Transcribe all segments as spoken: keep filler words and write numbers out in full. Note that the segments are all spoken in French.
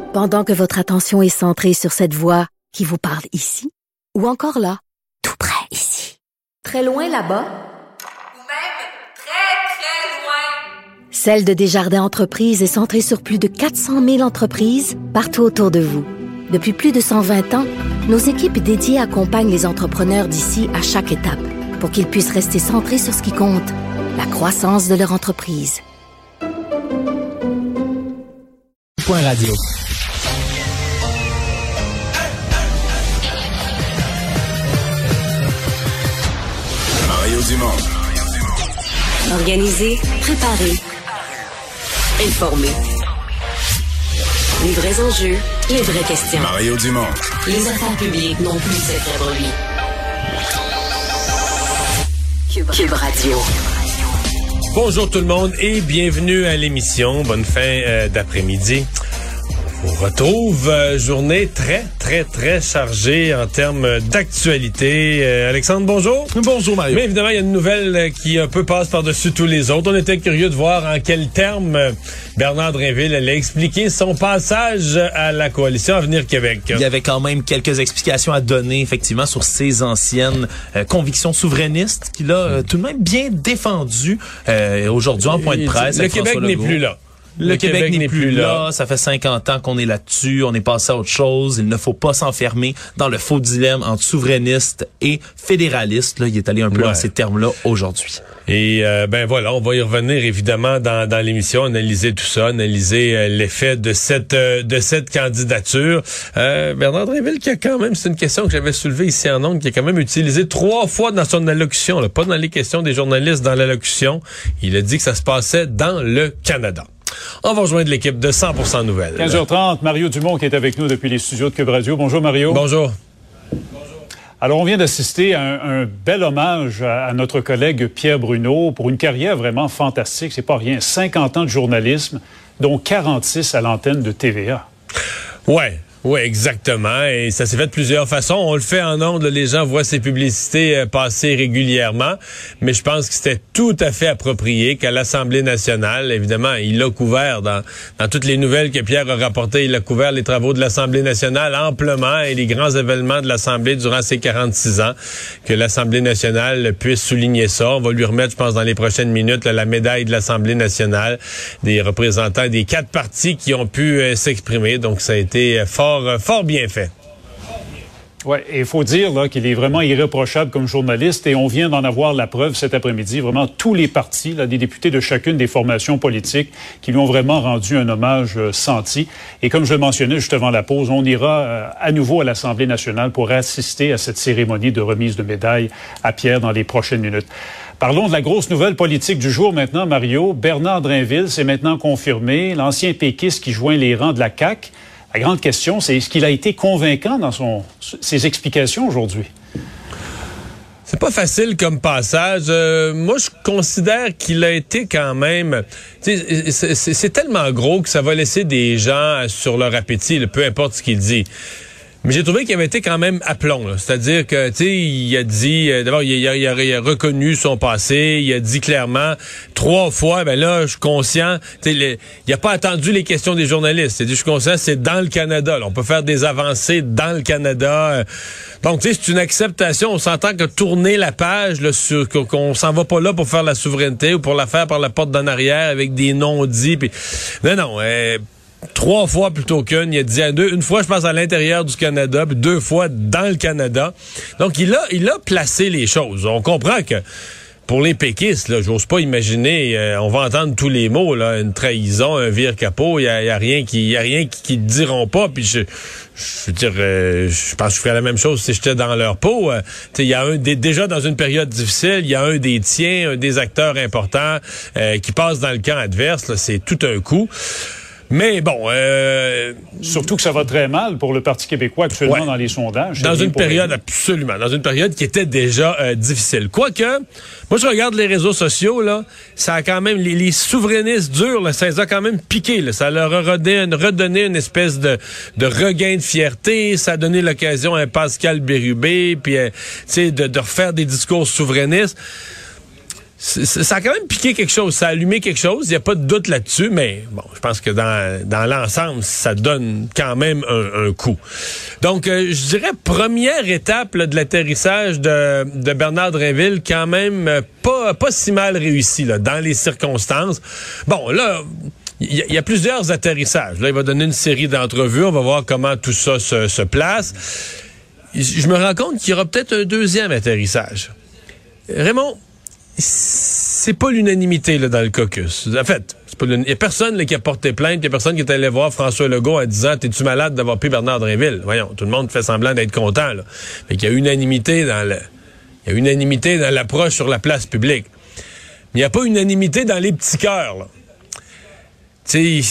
Pendant que votre attention est centrée sur cette voix qui vous parle ici, ou encore là, tout près ici, très loin là-bas, ou même très, très loin, Celle de Desjardins Entreprises est centrée sur plus de quatre cent mille entreprises partout autour de vous. Depuis plus de cent vingt ans, nos équipes dédiées accompagnent les entrepreneurs d'ici à chaque étape pour qu'ils puissent rester centrés sur ce qui compte, la croissance de leur entreprise. Point radio. Mario Dumont. Organisé, préparé, informé. Les vrais enjeux, les vraies questions. Mario Dumont. Les affaires publiques n'ont plus de secret pour lui. Cube, Cube Radio. Bonjour tout le monde et bienvenue à l'émission. Bonne fin euh, d'après-midi. On retrouve euh, journée très, très, très chargée en termes d'actualité. Euh, Alexandre, bonjour. Bonjour, Mario. Mais évidemment, il y a une nouvelle qui un peu passe par-dessus tous les autres. On était curieux de voir en quels termes euh, Bernard Drinville allait expliquer son passage à la coalition Avenir Québec. Il y avait quand même quelques explications à donner, effectivement, sur ses anciennes euh, convictions souverainistes qu'il a euh, tout de même bien défendues euh, aujourd'hui en point de presse. Le Québec n'est plus là. Le, le Québec, Québec n'est plus, plus là. là. Ça fait cinquante ans qu'on est là-dessus. On est passé à autre chose. Il ne faut pas s'enfermer dans le faux dilemme entre souverainiste et fédéraliste. Là, il est allé un peu ouais. dans ces termes-là aujourd'hui. Et euh, ben voilà, on va y revenir évidemment dans, dans l'émission, analyser tout ça, analyser euh, l'effet de cette euh, de cette candidature. Euh, Bernard Drinville qui a quand même, c'est une question que j'avais soulevée ici en ondes, qui a quand même utilisé trois fois dans son allocution, là, pas dans les questions des journalistes, dans l'allocution. Il a dit que ça se passait dans le Canada. On va rejoindre l'équipe de cent pour cent Nouvelles. quinze heures trente, Mario Dumont qui est avec nous depuis les studios de Cube Radio. Bonjour Mario. Bonjour. Alors, on vient d'assister à un, un bel hommage à, à notre collègue Pierre Bruno pour une carrière vraiment fantastique. C'est pas rien. cinquante ans de journalisme, dont quarante-six à l'antenne de T V A. Ouais. Oui, exactement. Et ça s'est fait de plusieurs façons. On le fait en ondes, les gens voient ces publicités euh, passer régulièrement, mais je pense que c'était tout à fait approprié qu'à l'Assemblée nationale, évidemment, il a couvert dans, dans toutes les nouvelles que Pierre a rapportées, il a couvert les travaux de l'Assemblée nationale amplement et les grands événements de l'Assemblée durant ses quarante-six ans, que l'Assemblée nationale puisse souligner ça. On va lui remettre, je pense, dans les prochaines minutes, là, la médaille de l'Assemblée nationale, des représentants des quatre partis qui ont pu euh, s'exprimer. Donc, ça a été fort Fort, fort bien fait. Oui, et il faut dire là, qu'il est vraiment irréprochable comme journaliste et on vient d'en avoir la preuve cet après-midi. Vraiment, tous les partis, là, des députés de chacune des formations politiques qui lui ont vraiment rendu un hommage euh, senti. Et comme je le mentionnais juste avant la pause, on ira euh, à nouveau à l'Assemblée nationale pour assister à cette cérémonie de remise de médaille à Pierre dans les prochaines minutes. Parlons de la grosse nouvelle politique du jour maintenant, Mario. Bernard Drinville s'est maintenant confirmé, l'ancien péquiste qui joint les rangs de la C A Q. La grande question, c'est est-ce qu'il a été convaincant dans son, ses explications aujourd'hui? C'est pas facile comme passage. Euh, moi, je considère qu'il a été quand même... C'est, c'est, c'est tellement gros que ça va laisser des gens sur leur appétit, là, peu importe ce qu'il dit. Mais j'ai trouvé qu'il avait été quand même à plomb, là. C'est-à-dire que, tu sais, il a dit, euh, d'abord, il a, il, a, il a reconnu son passé, il a dit clairement, trois fois, ben là, je suis conscient, tu sais, il a pas attendu les questions des journalistes. Il a dit, je suis conscient, c'est dans le Canada, là. On peut faire des avancées dans le Canada. Donc, tu sais, c'est une acceptation. On s'entend que tourner la page, là, sur, qu'on s'en va pas là pour faire la souveraineté ou pour la faire par la porte d'en arrière avec des non-dits, puis non, non, euh, Trois fois plutôt qu'une. Il a dit à deux, une fois, je pense, à l'intérieur du Canada, puis deux fois dans le Canada. Donc, il a, il a placé les choses. On comprend que pour les péquistes, là, j'ose pas imaginer, euh, on va entendre tous les mots, là, une trahison, un vire-capot, il y a, y a rien qui, y a rien qui, qui diront pas, puis je, je veux dire, euh, je pense que je ferais la même chose si j'étais dans leur peau. Euh, il y a un des, déjà dans une période difficile, il y a un des tiens, un des acteurs importants euh, qui passe dans le camp adverse, là, c'est tout un coup. Mais bon... Euh, Surtout que ça va très mal pour le Parti québécois actuellement ouais, dans les sondages. Dans une période, absolument, dans une période qui était déjà euh, difficile. Quoique, moi je regarde les réseaux sociaux, là, ça a quand même, les, les souverainistes durs, là, ça les a quand même piqués, là, ça leur a redonné, redonné une espèce de, de regain de fierté, ça a donné l'occasion à Pascal Bérubé, puis euh, tu sais, de, de refaire des discours souverainistes. ça a quand même piqué quelque chose, ça a allumé quelque chose, il n'y a pas de doute là-dessus, mais bon, je pense que dans, dans l'ensemble, ça donne quand même un, un coup. Donc, euh, je dirais première étape là, de l'atterrissage de, de Bernard Drinville, quand même euh, pas, pas si mal réussi là, dans les circonstances. Bon, là... Il y, y a plusieurs atterrissages. Là, il va donner une série d'entrevues. On va voir comment tout ça se, se place. Je me rends compte qu'il y aura peut-être un deuxième atterrissage. Raymond, c'est pas l'unanimité là, dans le caucus. En fait, il n'y a personne là, qui a porté plainte. Il y a personne qui est allé voir François Legault en disant « T'es-tu malade d'avoir pris Bernard Drinville? » Voyons, tout le monde fait semblant d'être content. Là. Fait qu'il y a unanimité dans le, il y a unanimité dans l'approche sur la place publique. Mais il n'y a pas unanimité dans les petits cœurs, là. Tu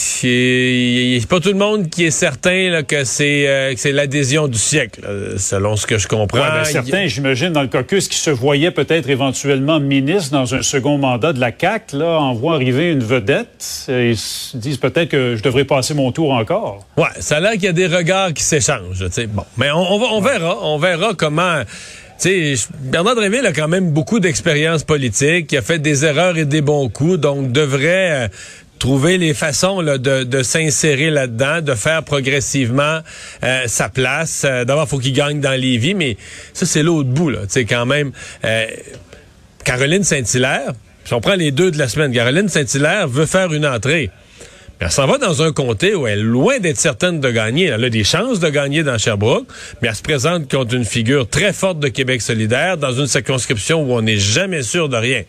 sais, c'est pas tout le monde qui est certain là, que c'est euh, que c'est l'adhésion du siècle, là, selon ce que je comprends. Ouais, ben, certains, j'imagine, dans le caucus, qui se voyaient peut-être éventuellement ministre dans un second mandat de la C A Q, là, en voient arriver une vedette et se disent peut-être que je devrais passer mon tour encore. Ouais, ça a l'air qu'il y a des regards qui s'échangent. Tu sais, bon, mais on, on, va, on verra, on verra comment. Tu sais, Bernard Drinville a quand même beaucoup d'expérience politique, il a fait des erreurs et des bons coups, donc devrait euh, trouver les façons là, de, de s'insérer là-dedans, de faire progressivement euh, sa place. Euh, D'abord, il faut qu'il gagne dans Lévis, mais ça, c'est l'autre bout. Tu sais, quand même, euh, Caroline Saint-Hilaire, si on prend les deux de la semaine, Caroline Saint-Hilaire veut faire une entrée. Mais elle s'en va dans un comté où elle est loin d'être certaine de gagner. Elle a des chances de gagner dans Sherbrooke, mais elle se présente contre une figure très forte de Québec solidaire dans une circonscription où on n'est jamais sûr de rien.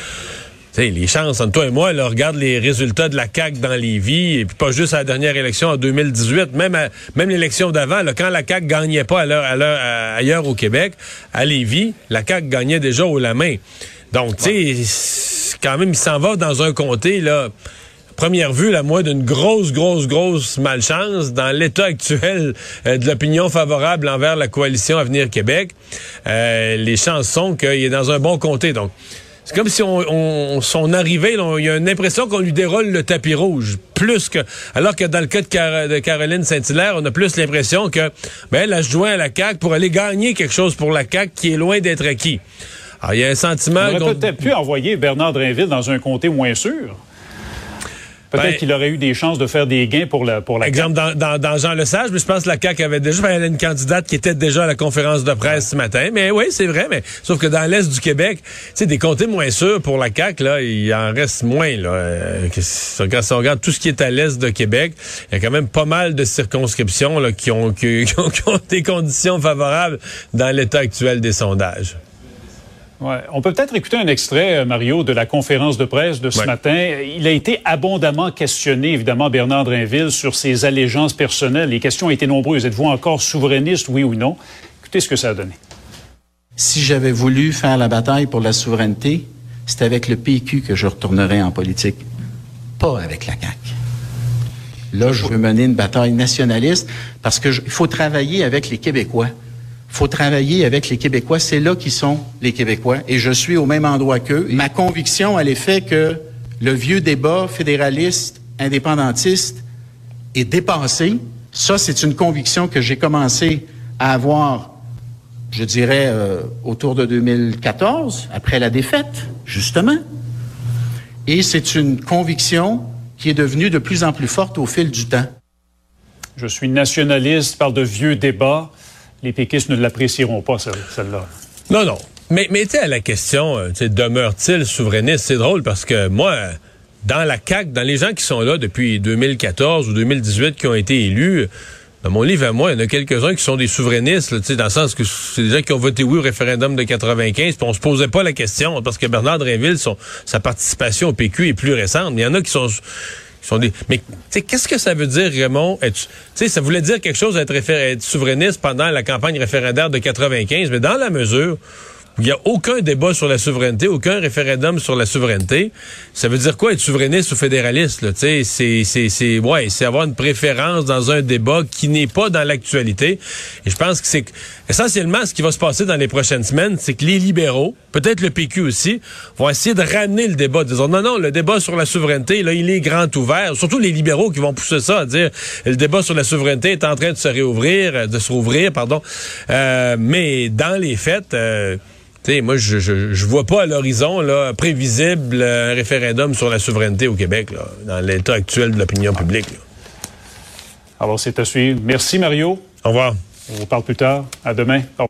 T'sais, les chances, entre toi et moi, là, regarde les résultats de la C A Q dans Lévis, et puis pas juste à la dernière élection en deux mille dix-huit, même à, même l'élection d'avant, là, quand la C A Q gagnait pas à l'heure, à l'heure, à, ailleurs au Québec, à Lévis, la C A Q gagnait déjà haut la main. Donc, tu sais, quand même, il s'en va dans un comté, là, première vue, la moi, d'une grosse, grosse, grosse malchance dans l'état actuel euh, de l'opinion favorable envers la coalition Avenir Québec. Euh, les chances sont qu'il est dans un bon comté, donc... C'est comme si on, on son arrivée, il y a une impression qu'on lui déroule le tapis rouge, plus que, alors que dans le cas de, Car de Caroline Saint-Hilaire, on a plus l'impression que, ben, elle a joint à la C A Q pour aller gagner quelque chose pour la C A Q qui est loin d'être acquis. Alors, il y a un sentiment... On aurait peut-être pu envoyer Bernard Drinville dans un comté moins sûr. Peut-être ben, qu'il aurait eu des chances de faire des gains pour la pour la exemple, dans, dans, dans Jean Lesage, mais je pense que la C A Q avait déjà... Elle a une candidate qui était déjà à la conférence de presse ouais. ce matin. Mais oui, c'est vrai, mais sauf que dans l'Est du Québec, tu sais, des comtés moins sûrs pour la C A Q, là, il en reste moins. Là. Euh, quand on regarde tout ce qui est à l'Est de Québec, il y a quand même pas mal de circonscriptions là, qui, ont, qui, qui, ont, qui ont des conditions favorables dans l'état actuel des sondages. Ouais. On peut peut-être écouter un extrait, Mario, de la conférence de presse de ce ouais. matin. Il a été abondamment questionné, évidemment, Bernard Drinville, sur ses allégeances personnelles. Les questions ont été nombreuses. Êtes-vous encore souverainiste, oui ou non? Écoutez ce que ça a donné. Si j'avais voulu faire la bataille pour la souveraineté, c'est avec le P Q que je retournerais en politique, pas avec la C A Q. Là, je veux mener une bataille nationaliste parce qu'il faut travailler avec les Québécois. Il faut travailler avec les Québécois. C'est là qu'ils sont, les Québécois. Et je suis au même endroit qu'eux. Ma conviction, elle est faite que le vieux débat fédéraliste, indépendantiste est dépassé. Ça, c'est une conviction que j'ai commencé à avoir, je dirais, euh, autour de deux mille quatorze, après la défaite, justement. Et c'est une conviction qui est devenue de plus en plus forte au fil du temps. Je suis nationaliste, parle de vieux débats. Les péquistes ne l'apprécieront pas, celle-là. Non, non. Mais, mais tu sais, à la question, demeure-t-il souverainiste? C'est drôle parce que moi, dans la C A Q, dans les gens qui sont là depuis deux mille quatorze ou deux mille dix-huit qui ont été élus, dans mon livre à moi, il y en a quelques-uns qui sont des souverainistes, là, dans le sens que c'est des gens qui ont voté oui au référendum de quatre-vingt-quinze, puis on se posait pas la question, parce que Bernard Drinville, son, sa participation au P Q est plus récente. Mais il y en a qui sont... Sont des... Mais qu'est-ce que ça veut dire, Raymond? Être... Ça voulait dire quelque chose d'être réfé... être souverainiste pendant la campagne référendaire de quatre-vingt-quinze, mais dans la mesure où il n'y a aucun débat sur la souveraineté, aucun référendum sur la souveraineté, ça veut dire quoi être souverainiste ou fédéraliste? Là? C'est, c'est, c'est, ouais, c'est avoir une préférence dans un débat qui n'est pas dans l'actualité. Et je pense que c'est essentiellement ce qui va se passer dans les prochaines semaines, c'est que les libéraux, peut-être le P Q aussi, vont essayer de ramener le débat, disant non, non, le débat sur la souveraineté, là, il est grand ouvert. Surtout les libéraux qui vont pousser ça, à dire le débat sur la souveraineté est en train de se réouvrir, de se rouvrir, pardon. Euh, mais dans les faits, euh, Tu sais, moi, je, je je vois pas à l'horizon là prévisible un référendum sur la souveraineté au Québec, là, dans l'état actuel de l'opinion publique. Là. Alors, c'est à suivre. Merci, Mario. Au revoir. On vous parle plus tard. À demain. Au revoir.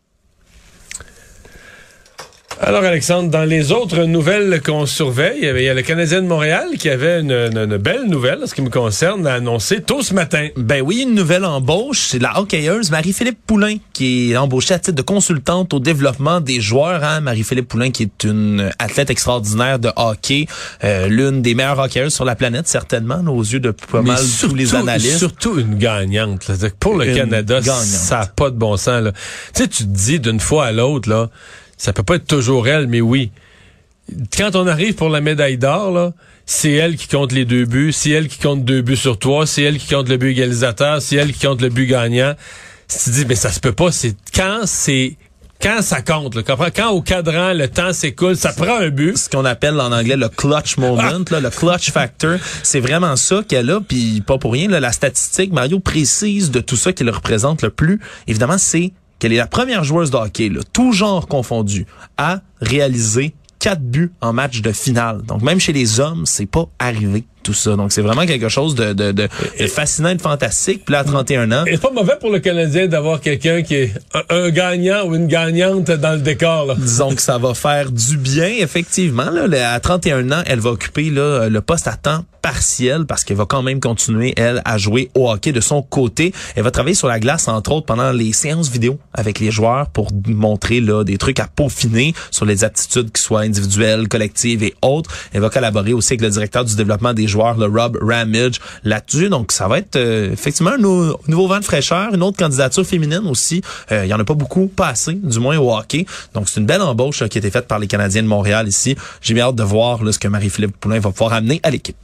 Alors, Alexandre, dans les autres nouvelles qu'on surveille, il y, avait, il y a le Canadien de Montréal qui avait une, une, une belle nouvelle, en ce qui me concerne, à annoncer tôt ce matin. Ben oui, une nouvelle embauche. C'est la hockeyeuse Marie-Philippe Poulin qui est embauchée à titre de consultante au développement des joueurs. Hein? Marie-Philippe Poulin qui est une athlète extraordinaire de hockey, euh, l'une des meilleures hockeyeuses sur la planète, certainement, là, aux yeux de pas Mais mal surtout, tous les analystes. Surtout une gagnante. Là. Pour le Une Canada, gagnante. ça n'a pas de bon sens. Là. Tu sais, tu te dis d'une fois à l'autre, là, ça peut pas être toujours elle, mais oui. Quand on arrive pour la médaille d'or, là, c'est elle qui compte les deux buts, c'est elle qui compte deux buts sur trois, c'est elle qui compte le but égalisateur, c'est elle qui compte le but gagnant. Tu te dis, mais ça se peut pas. C'est quand c'est quand ça compte, là, quand, quand au cadran le temps s'écoule, ça prend un but. Ce qu'on appelle en anglais le clutch moment, ah. là, le clutch factor, c'est vraiment ça qu'elle a, puis pas pour rien. Là, la statistique, Mario précise de tout ça qui le représente le plus. Évidemment, c'est qu'elle est la première joueuse de hockey, là, tout genre confondu, à réaliser quatre buts en match de finale. Donc, même chez les hommes, c'est pas arrivé tout ça. Donc, c'est vraiment quelque chose de, de, de, de fascinant et de fantastique. Puis là, à trente et un ans... Et c'est pas mauvais pour le Canadien d'avoir quelqu'un qui est un, un gagnant ou une gagnante dans le décor. Là. Disons que ça va faire du bien, effectivement. Là, à trente et un ans, elle va occuper là, le poste à temps partiel parce qu'elle va quand même continuer, elle, à jouer au hockey de son côté. Elle va travailler sur la glace, entre autres, pendant les séances vidéo avec les joueurs pour montrer là des trucs à peaufiner sur les aptitudes qui soient individuelles, collectives et autres. Elle va collaborer aussi avec le directeur du développement des joueurs, le Rob Ramage, là-dessus. Donc, ça va être euh, effectivement un nou- nouveau vent de fraîcheur, une autre candidature féminine aussi. Euh, il y en a pas beaucoup, pas assez, du moins au hockey. Donc, c'est une belle embauche là, qui a été faite par les Canadiens de Montréal ici. J'ai bien hâte de voir là, ce que Marie-Philippe Poulin va pouvoir amener à l'équipe.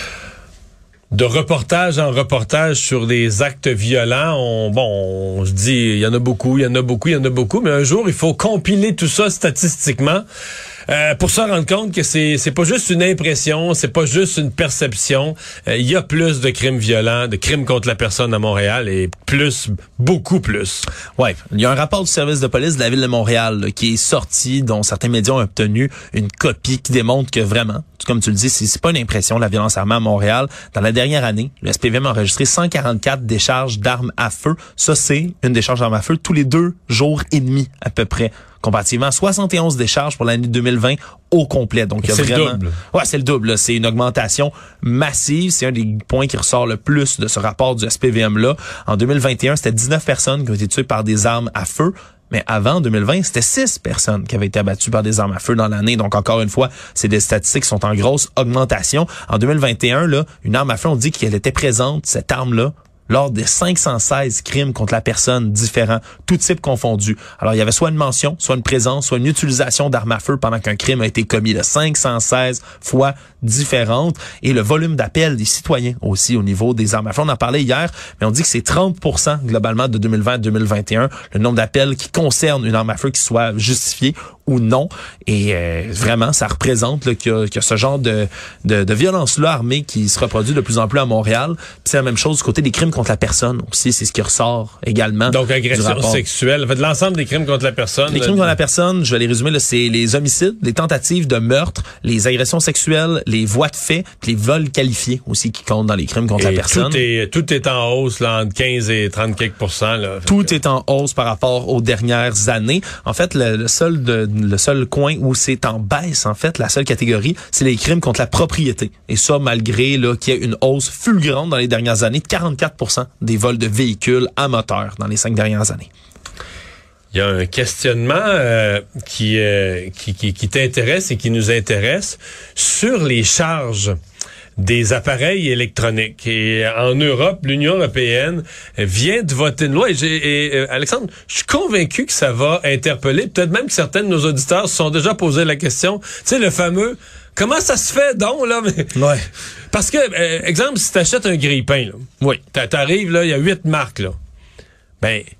De reportage en reportage sur des actes violents, on, bon, on se dit, il y en a beaucoup, il y en a beaucoup, il y en a beaucoup, mais un jour, il faut compiler tout ça statistiquement euh, pour se rendre compte que c'est c'est pas juste une impression, c'est pas juste une perception. Euh, il y a plus de crimes violents, de crimes contre la personne à Montréal et plus, beaucoup plus. Ouais, il y a un rapport du service de police de la ville de Montréal là, qui est sorti, dont certains médias ont obtenu une copie qui démontre que vraiment, comme tu le dis, c'est, c'est pas une impression, la violence armée à Montréal. Dans la dernière année, le S P V M a enregistré cent quarante-quatre décharges d'armes à feu. Ça, c'est une décharge d'armes à feu tous les deux jours et demi à peu près. Comparativement à soixante et onze décharges pour l'année deux mille vingt au complet. Donc, il y a c'est vraiment... le double. Ouais, c'est le double. Là. C'est une augmentation massive. C'est un des points qui ressort le plus de ce rapport du S P V M-là. En deux mille vingt et un, c'était dix-neuf personnes qui ont été tuées par des armes à feu. Mais avant deux mille vingt, c'était six personnes qui avaient été abattues par des armes à feu dans l'année. Donc, encore une fois, c'est des statistiques qui sont en grosse augmentation. En deux mille vingt et un, là, une arme à feu, on dit qu'elle était présente, cette arme-là, lors des cinq cent seize crimes contre la personne différents, tout type confondu. Alors, il y avait soit une mention, soit une présence, soit une utilisation d'armes à feu pendant qu'un crime a été commis. Là, cinq cent seize fois différentes. Et le volume d'appels des citoyens aussi au niveau des armes à feu. On en parlait hier, mais on dit que c'est trente pour cent globalement de deux mille vingt à deux mille vingt et un, le nombre d'appels qui concernent une arme à feu qui soit justifiée ou non. Et euh, vraiment, ça représente là, qu'il, y a, qu'il y a ce genre de, de, de violence-là armée qui se reproduit de plus en plus à Montréal. Puis c'est la même chose du côté des crimes contre la personne aussi. C'est ce qui ressort également. Donc, agression sexuelle. En fait, l'ensemble des crimes contre la personne. Les crimes contre la personne, je vais les résumer, là, c'est les homicides, les tentatives de meurtre, les agressions sexuelles, les voies de fait, puis les vols qualifiés aussi qui comptent dans les crimes contre et la personne. Tout est, tout est en hausse, là, entre quinze et trente quelques pourcents. Là. Tout que... est en hausse par rapport aux dernières années. En fait, le, le seul de, le seul coin où c'est en baisse, en fait, la seule catégorie, c'est les crimes contre la propriété. Et ça, malgré là qu'il y ait une hausse fulgurante dans les dernières années de quarante-quatre pour cent des vols de véhicules à moteur dans les cinq dernières années. Il y a un questionnement euh, qui, euh, qui, qui, qui t'intéresse et qui nous intéresse sur les charges des appareils électroniques. Et en Europe, l'Union européenne vient de voter une loi. Et, j'ai, et euh, Alexandre, je suis convaincu que ça va interpeller. Peut-être même que certains de nos auditeurs se sont déjà posé la question. Tu sais, le fameux... Comment ça se fait donc, là? Mais... Ouais. Parce que, euh, exemple, si t'achètes un grille-pain, là. Oui. T'arrives, là, il y a huit marques, là. Ben...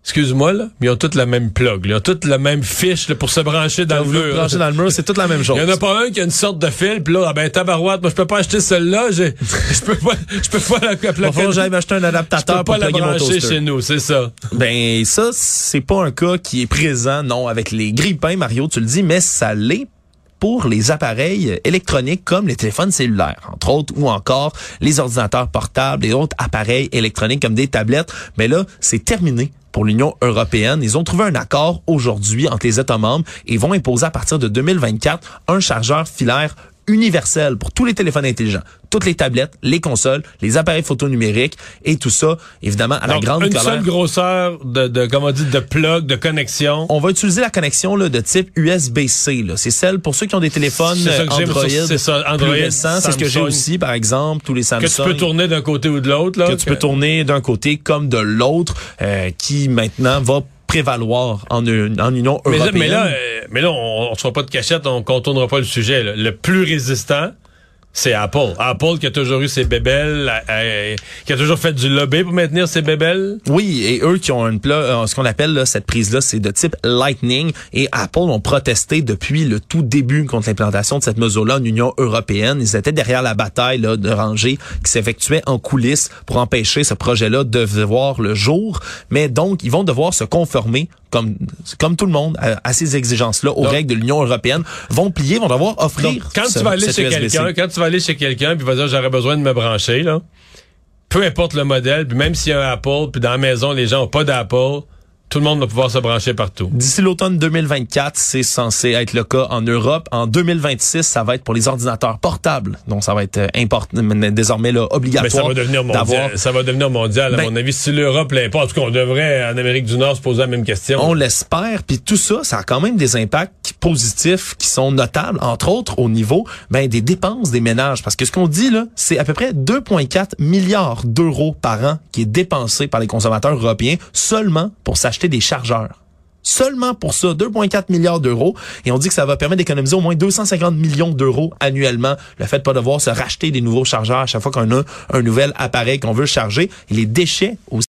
excuse-moi, là, mais ils ont toutes la même plug. Là. Ils ont toutes la même fiche là, pour se brancher dans Quand le vous mur. branchez dans le mur, c'est toute la même chose. Il y en a pas un qui a une sorte de fil, puis là, ah ben tabarouette, moi je peux pas acheter celle-là, j'ai, je peux pas, je peux pas la, la, Il va falloir que j'aille m'acheter un adaptateur pour pas la plugger mon brancher toaster. chez nous, c'est ça. Ben ça, c'est pas un cas qui est présent, non, avec les grille-pains, Mario, tu le dis, mais ça l'est pour les appareils électroniques comme les téléphones cellulaires, entre autres, ou encore les ordinateurs portables et autres appareils électroniques comme des tablettes. Mais là, c'est terminé pour l'Union européenne. Ils ont trouvé un accord aujourd'hui entre les États membres et vont imposer à partir de deux mille vingt-quatre un chargeur filaire universel pour tous les téléphones intelligents, toutes les tablettes, les consoles, les appareils photo numériques et tout ça, évidemment, à Donc, la grande une colère. seule grosseur de, de, comment on dit, de plug, de connexion. On va utiliser la connexion là, de type U S B C. Là. C'est celle pour ceux qui ont des téléphones C'est ça que j'ai, Android, c'est ça, Android, plus récents. C'est ce que j'ai Samsung. aussi, par exemple, tous les Samsung. Que tu peux tourner d'un côté ou de l'autre. Là, que tu peux tourner d'un côté comme de l'autre, euh, qui maintenant va prévaloir en, en Union mais, européenne. mais là, euh, mais là, on ne se fera pas de cachette, on contournera pas le sujet. Là. Le plus résistant, c'est Apple. Apple qui a toujours eu ses bébelles, euh, qui a toujours fait du lobby pour maintenir ses bébelles. Oui, et eux qui ont une pla- euh, ce qu'on appelle là, cette prise-là, c'est de type Lightning. Et Apple ont protesté depuis le tout début contre l'implantation de cette mesure-là en Union européenne. Ils étaient derrière la bataille là, de rangée qui s'effectuait en coulisses pour empêcher ce projet-là de voir le jour. Mais donc, ils vont devoir se conformer, comme comme tout le monde, à, à ces exigences-là, aux donc, règles de l'Union européenne, vont plier, vont devoir offrir. Donc, quand ce, tu vas aller cette chez U S B C. quelqu'un, quand tu vas aller chez quelqu'un puis va dire j'aurais besoin de me brancher là, peu importe le modèle, puis même s'il y a un Apple, puis dans la maison les gens ont pas d'Apple, tout le monde va pouvoir se brancher partout. D'ici l'automne deux mille vingt-quatre, c'est censé être le cas en Europe. En deux mille vingt-six, ça va être pour les ordinateurs portables. Donc, ça va être import- désormais là, obligatoire. Mais ça va devenir mondial. Ça va devenir mondial. À Ben, mon avis, si l'Europe l'importe, en tout cas, on devrait, en Amérique du Nord, se poser la même question. On l'espère. Puis tout ça, ça a quand même des impacts positifs qui sont notables, entre autres au niveau ben, des dépenses des ménages. Parce que ce qu'on dit, là, c'est à peu près deux virgule quatre milliards d'euros par an qui est dépensé par les consommateurs européens seulement pour s'acheter des chargeurs. Seulement pour ça, deux virgule quatre milliards d'euros. Et on dit que ça va permettre d'économiser au moins deux cent cinquante millions d'euros annuellement. Le fait de pas devoir se racheter des nouveaux chargeurs à chaque fois qu'on a un nouvel appareil qu'on veut charger. Et les déchets aussi.